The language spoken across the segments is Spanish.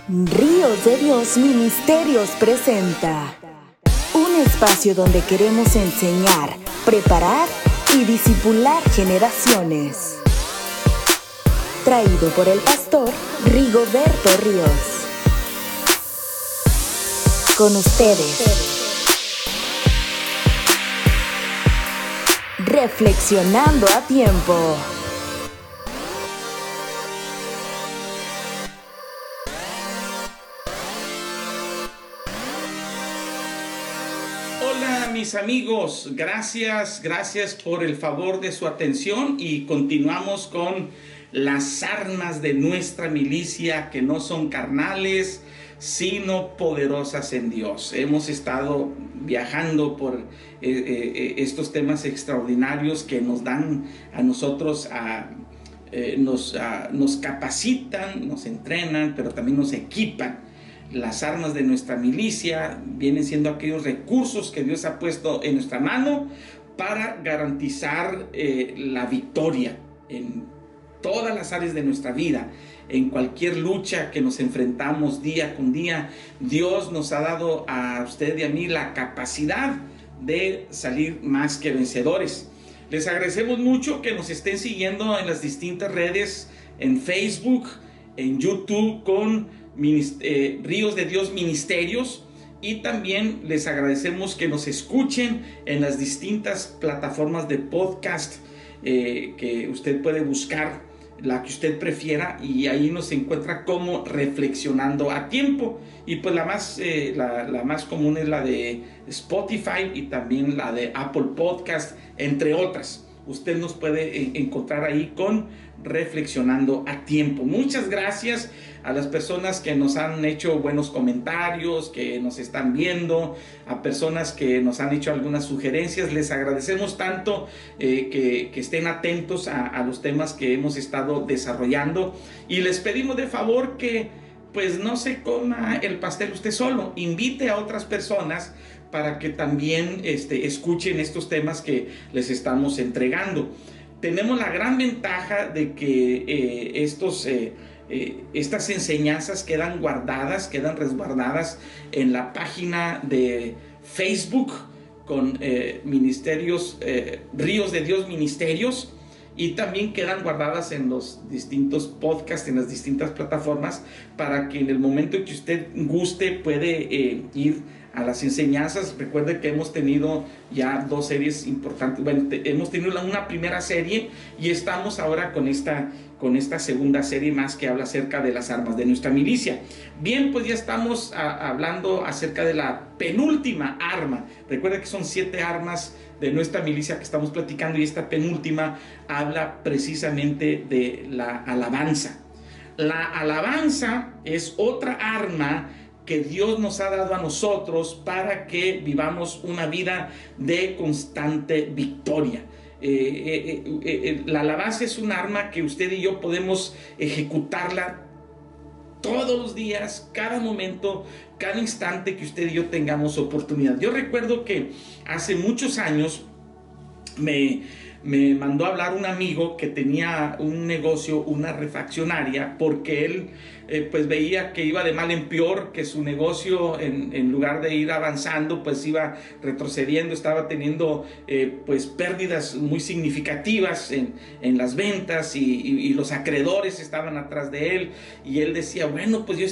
Ríos de Dios Ministerios presenta un espacio donde queremos enseñar, preparar y discipular generaciones. Traído por el pastor Rigoberto Ríos. Con ustedes, reflexionando a tiempo. Hola mis amigos, gracias por el favor de su atención y continuamos con las armas de nuestra milicia que no son carnales, sino poderosas en Dios. Hemos estado viajando por estos temas extraordinarios que nos dan a nosotros, nos capacitan, nos entrenan, pero también nos equipan. Las armas de nuestra milicia vienen siendo aquellos recursos que Dios ha puesto en nuestra mano para garantizar la victoria en todas las áreas de nuestra vida. En cualquier lucha que nos enfrentamos día con día, Dios nos ha dado a usted y a mí la capacidad de salir más que vencedores. Les agradecemos mucho que nos estén siguiendo en las distintas redes, en Facebook, en YouTube con Ríos de Dios Ministerios, y también les agradecemos que nos escuchen en las distintas plataformas de podcast que usted puede buscar la que usted prefiera, y ahí nos encuentra como Reflexionando a Tiempo. Y pues la más común es la de Spotify y también la de Apple Podcast, entre otras. Usted nos puede encontrar ahí con Reflexionando a Tiempo. Muchas gracias a las personas que nos han hecho buenos comentarios, que nos están viendo, a personas que nos han hecho algunas sugerencias. Les agradecemos tanto que estén atentos a los temas que hemos estado desarrollando, y les pedimos de favor que pues no se coma el pastel usted solo, invite a otras personas para que también escuchen estos temas que les estamos entregando. Tenemos la gran ventaja de que estas enseñanzas quedan resguardadas en la página de Facebook con Ministerios, Ríos de Dios Ministerios, y también quedan guardadas en los distintos podcasts, en las distintas plataformas, para que en el momento en que usted guste puede ir a las enseñanzas. Recuerde que hemos tenido ya dos series importantes. Bueno, hemos tenido una primera serie y estamos ahora con esta segunda serie más, que habla acerca de las armas de nuestra milicia. Bien, pues ya estamos hablando acerca de la penúltima arma. Recuerda que son 7 armas de nuestra milicia que estamos platicando, y esta penúltima habla precisamente de la alabanza. La alabanza es otra arma que Dios nos ha dado a nosotros para que vivamos una vida de constante victoria. La alabanza es un arma que usted y yo podemos ejecutarla todos los días, cada momento, cada instante que usted y yo tengamos oportunidad. Yo recuerdo que hace muchos años me mandó a hablar un amigo que tenía un negocio, una refaccionaria, porque él pues veía que iba de mal en peor, que su negocio en lugar de ir avanzando pues iba retrocediendo, estaba teniendo pues pérdidas muy significativas en las ventas, y los acreedores estaban atrás de él. Y él decía, bueno, pues yo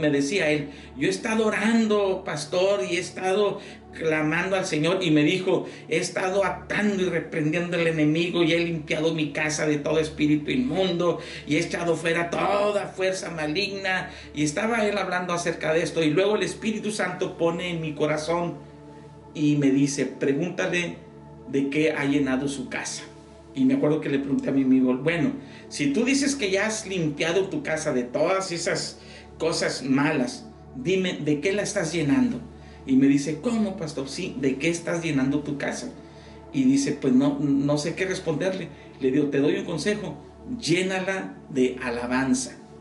he estado orando, pastor, y he estado clamando al Señor, y me dijo, he estado atando y reprendiendo al enemigo, y he limpiado mi casa de todo espíritu inmundo, y he echado fuera toda fuerza maligna. Y estaba él hablando acerca de esto, y luego el Espíritu Santo pone en mi corazón y me dice, pregúntale de qué ha llenado su casa. Y me acuerdo que le pregunté a mi amigo, bueno, si tú dices que ya has limpiado tu casa de todas esas cosas malas, dime, ¿de qué la estás llenando? Y me dice, ¿cómo, pastor? Sí, ¿de qué estás llenando tu casa? Y dice, pues no sé qué responderle. Le digo, te doy un consejo, llénala de alabanza.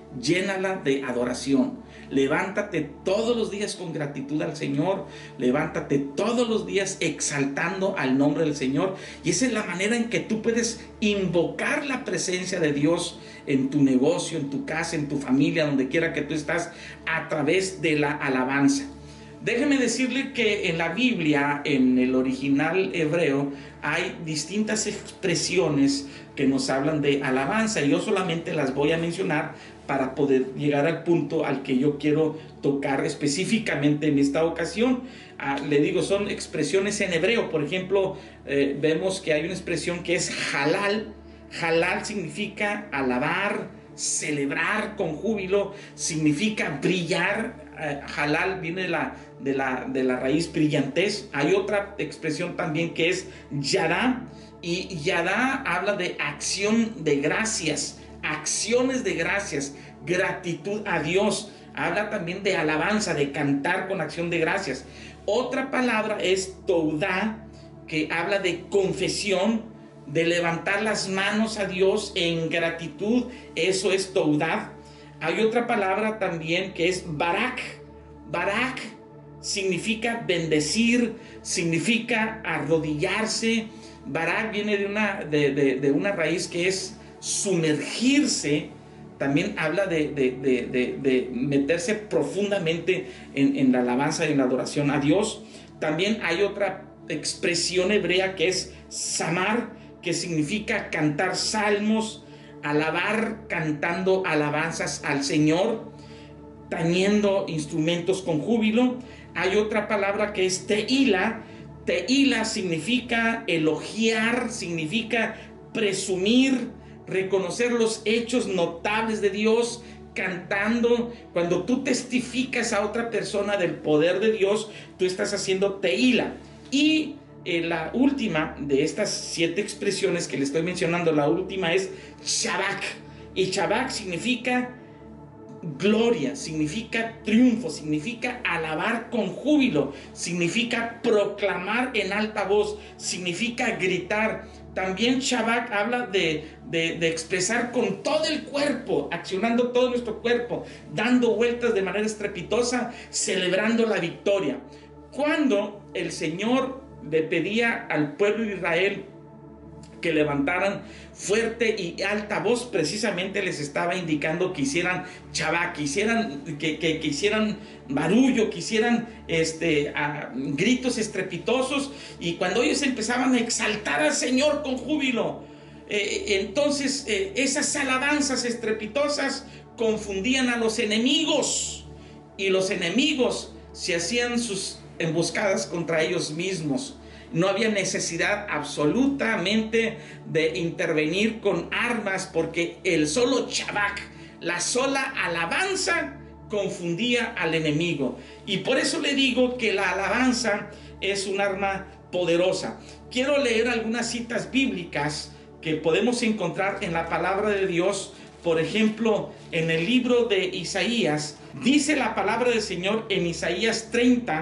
llénala de adoración. Levántate todos los días con gratitud al Señor. Levántate todos los días exaltando al nombre del Señor. Y esa es la manera en que tú puedes invocar la presencia de Dios en tu negocio, en tu casa, en tu familia, donde quiera que tú estás, a través de la alabanza. Déjeme decirle que en la Biblia, en el original hebreo, hay distintas expresiones que nos hablan de alabanza. Y yo solamente las voy a mencionar para poder llegar al punto al que yo quiero tocar específicamente en esta ocasión. Le digo, son expresiones en hebreo. Por ejemplo, vemos que hay una expresión que es halal. Halal significa alabar, celebrar con júbilo, significa brillar. Halal viene de la raíz brillantez. Hay otra expresión también que es yadá, y yadá habla de acción de gracias, acciones de gracias, gratitud a Dios. Habla también de alabanza, de cantar con acción de gracias. Otra palabra es toudá, que habla de confesión, de levantar las manos a Dios en gratitud. Eso es toudá. Hay otra palabra también que es barak. Barak significa bendecir, significa arrodillarse. Barak viene de una raíz que es sumergirse. También habla de meterse profundamente en la alabanza y en la adoración a Dios. También hay otra expresión hebrea que es samar, que significa cantar salmos, alabar cantando alabanzas al Señor, tañendo instrumentos con júbilo. Hay otra palabra que es teíla. Teíla significa elogiar, significa presumir, reconocer los hechos notables de Dios, cantando. Cuando tú testificas a otra persona del poder de Dios, tú estás haciendo teíla. Y la última de estas 7 expresiones que le estoy mencionando, la última es Shabak. Y Shabak significa gloria, significa triunfo, significa alabar con júbilo, significa proclamar en alta voz, significa gritar. También Shabak habla de expresar con todo el cuerpo, accionando todo nuestro cuerpo, dando vueltas de manera estrepitosa, celebrando la victoria. Cuando el Señor le pedía al pueblo de Israel que levantaran fuerte y alta voz, precisamente les estaba indicando que hicieran Shabak, que hicieran barullo, que hicieran gritos estrepitosos. Y cuando ellos empezaban a exaltar al Señor con júbilo, entonces esas alabanzas estrepitosas confundían a los enemigos, y los enemigos se hacían sus emboscadas contra ellos mismos. No había necesidad absolutamente de intervenir con armas, porque el solo Shabak, la sola alabanza, confundía al enemigo. Y por eso le digo que la alabanza es un arma poderosa. Quiero leer algunas citas bíblicas que podemos encontrar en la palabra de Dios. Por ejemplo, en el libro de Isaías, dice la palabra del Señor en Isaías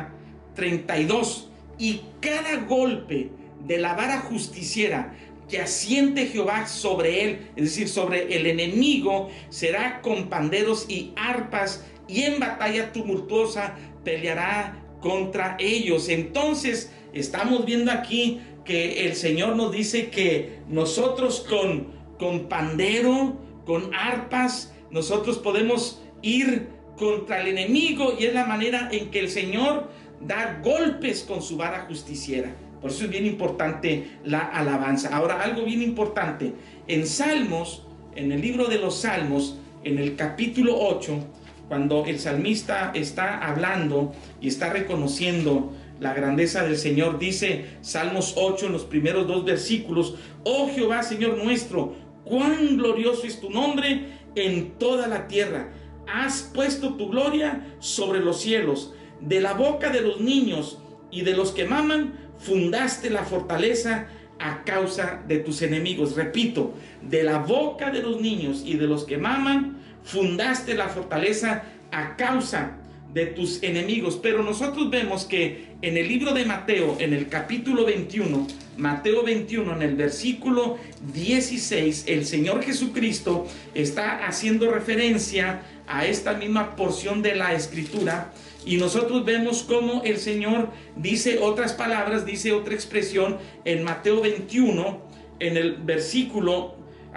30:32: y cada golpe de la vara justiciera que asiente Jehová sobre él, es decir, sobre el enemigo, será con panderos y arpas, y en batalla tumultuosa peleará contra ellos. Entonces estamos viendo aquí que el Señor nos dice que nosotros con pandero, con arpas, nosotros podemos ir contra el enemigo, y es la manera en que el Señor da golpes con su vara justiciera. Por eso es bien importante la alabanza. Ahora, algo bien importante, en Salmos, en el libro de los Salmos, en el capítulo 8, cuando el salmista está hablando y está reconociendo la grandeza del Señor, dice Salmos 8 en los primeros 2 versículos: oh Jehová, Señor nuestro, cuán glorioso es tu nombre en toda la tierra. Has puesto tu gloria sobre los cielos. De la boca de los niños y de los que maman, fundaste la fortaleza a causa de tus enemigos. Repito, de la boca de los niños y de los que maman, fundaste la fortaleza a causa de tus enemigos. Pero nosotros vemos que en el libro de Mateo, en el capítulo 21, Mateo 21, en el versículo 16, el Señor Jesucristo está haciendo referencia a esta misma porción de la Escritura, y nosotros vemos cómo el Señor dice otras palabras, dice otra expresión en Mateo 21, en el versículo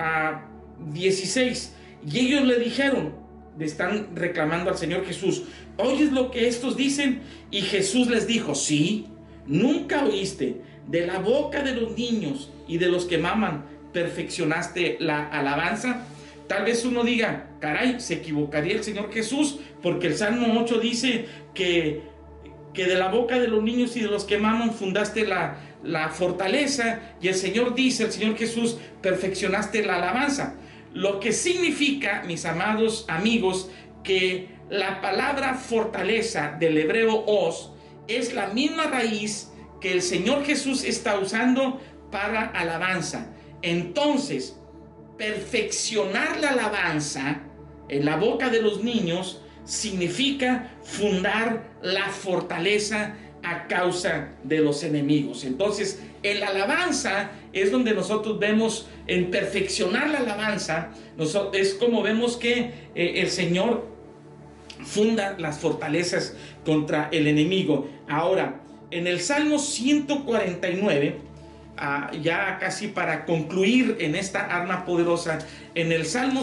16. Y ellos le dijeron, le están reclamando al Señor Jesús: ¿oyes lo que estos dicen? Y Jesús les dijo: sí, nunca oíste, de la boca de los niños y de los que maman perfeccionaste la alabanza. Tal vez uno diga: caray, se equivocaría el Señor Jesús, porque el Salmo 8 dice que de la boca de los niños y de los que maman fundaste la fortaleza, y el Señor dice, el Señor Jesús, perfeccionaste la alabanza. Lo que significa, mis amados amigos, que la palabra fortaleza del hebreo os es la misma raíz que el Señor Jesús está usando para alabanza. Entonces, perfeccionar la alabanza en la boca de los niños significa fundar la fortaleza a causa de los enemigos. Entonces, en la alabanza es donde nosotros vemos, en perfeccionar la alabanza, es como vemos que el Señor funda las fortalezas contra el enemigo. Ahora, en el Salmo 149, ya casi para concluir en esta arma poderosa, en el Salmo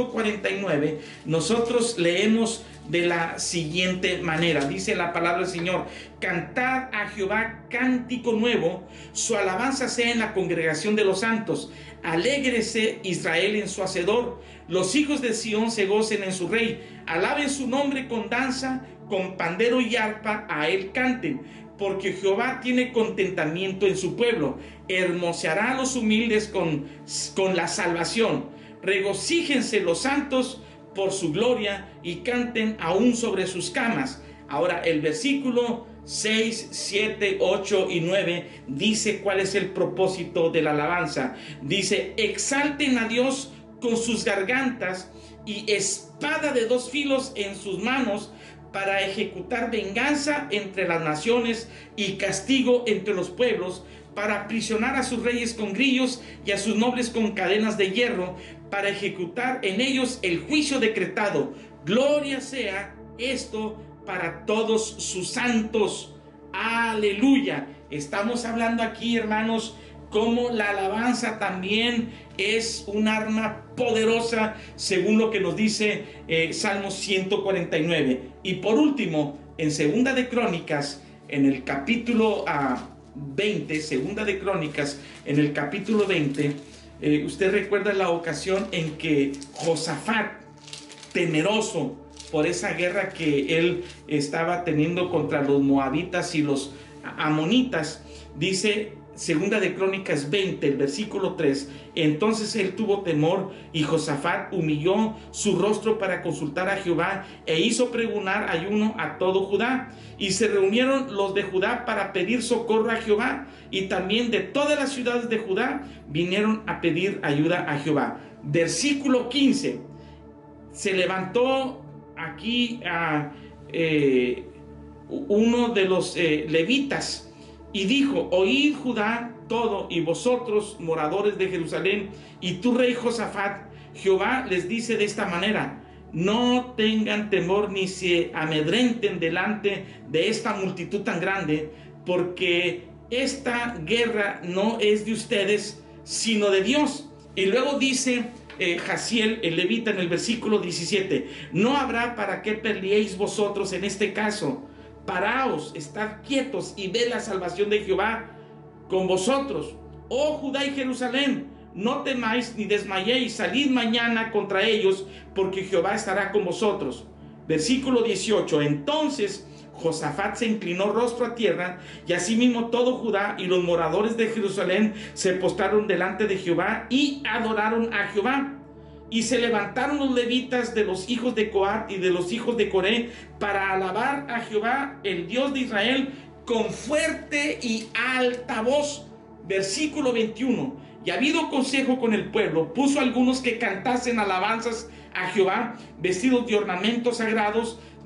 149 nosotros leemos de la siguiente manera. Dice la palabra del Señor: cantad a Jehová cántico nuevo, su alabanza sea en la congregación de los santos. Alégrese Israel en su hacedor, los hijos de Sión se gocen en su rey. Alaben su nombre con danza, con pandero y arpa a él canten, porque Jehová tiene contentamiento en su pueblo. Hermoseará a los humildes con la salvación. Regocíjense los santos por su gloria y canten aún sobre sus camas. Ahora el versículo 6, 7, 8 y 9 dice cuál es el propósito de la alabanza. Dice: exalten a Dios con sus gargantas y espada de dos filos en sus manos, para ejecutar venganza entre las naciones y castigo entre los pueblos, para aprisionar a sus reyes con grillos y a sus nobles con cadenas de hierro, para ejecutar en ellos el juicio decretado. Gloria sea esto para todos sus santos. Aleluya. Estamos hablando aquí, hermanos, cómo la alabanza también es un arma poderosa, según lo que nos dice Salmo 149. Y por último, en Segunda de Crónicas, en el capítulo 20, Segunda de Crónicas, en el capítulo 20, usted recuerda la ocasión en que Josafat, temeroso por esa guerra que él estaba teniendo contra los moabitas y los amonitas, dice Segunda de Crónicas 20, el versículo 3: entonces él tuvo temor, y Josafat humilló su rostro para consultar a Jehová, e hizo pregonar ayuno a todo Judá. Y se reunieron los de Judá para pedir socorro a Jehová, y también de todas las ciudades de Judá vinieron a pedir ayuda a Jehová. Versículo 15: se levantó aquí uno de los levitas y dijo: oíd Judá todo, y vosotros moradores de Jerusalén, y tú rey Josafat, Jehová les dice de esta manera: no tengan temor ni se amedrenten delante de esta multitud tan grande, porque esta guerra no es de ustedes, sino de Dios. Y luego dice Jaziel, el levita, en el versículo 17: no habrá para qué peleéis vosotros en este caso. Paraos, estad quietos y ved la salvación de Jehová con vosotros. Oh Judá y Jerusalén, no temáis ni desmayéis, salid mañana contra ellos, porque Jehová estará con vosotros. Versículo 18: entonces Josafat se inclinó rostro a tierra, y asimismo todo Judá y los moradores de Jerusalén se postraron delante de Jehová y adoraron a Jehová. Y se levantaron los levitas de los hijos de Coat y de los hijos de Coré para alabar a Jehová, el Dios de Israel, con fuerte y alta voz. Versículo 21: y habido consejo con el pueblo, puso algunos que cantasen alabanzas a Jehová, vestidos de ornamentos sagrados,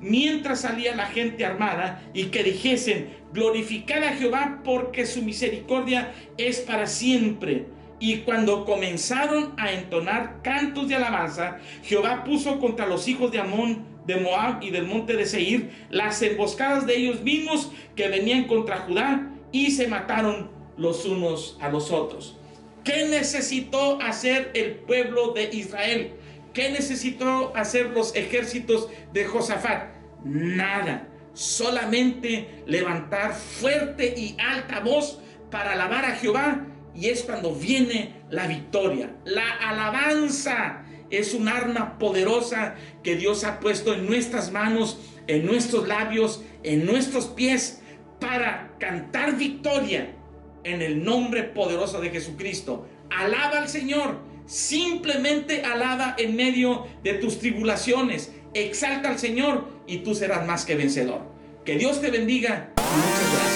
mientras salía la gente armada, y que dijesen: glorificad a Jehová, porque su misericordia es para siempre. Y cuando comenzaron a entonar cantos de alabanza, Jehová puso contra los hijos de Amón, de Moab y del monte de Seir las emboscadas de ellos mismos que venían contra Judá, y se mataron los unos a los otros. ¿Qué necesitó hacer el pueblo de Israel? ¿Qué necesitó hacer los ejércitos de Josafat? Nada. Solamente levantar fuerte y alta voz para alabar a Jehová, y es cuando viene la victoria. La alabanza es un arma poderosa que Dios ha puesto en nuestras manos, en nuestros labios, en nuestros pies, para cantar victoria en el nombre poderoso de Jesucristo. Alaba al Señor, simplemente alaba en medio de tus tribulaciones. Exalta al Señor y tú serás más que vencedor. Que Dios te bendiga y muchas gracias.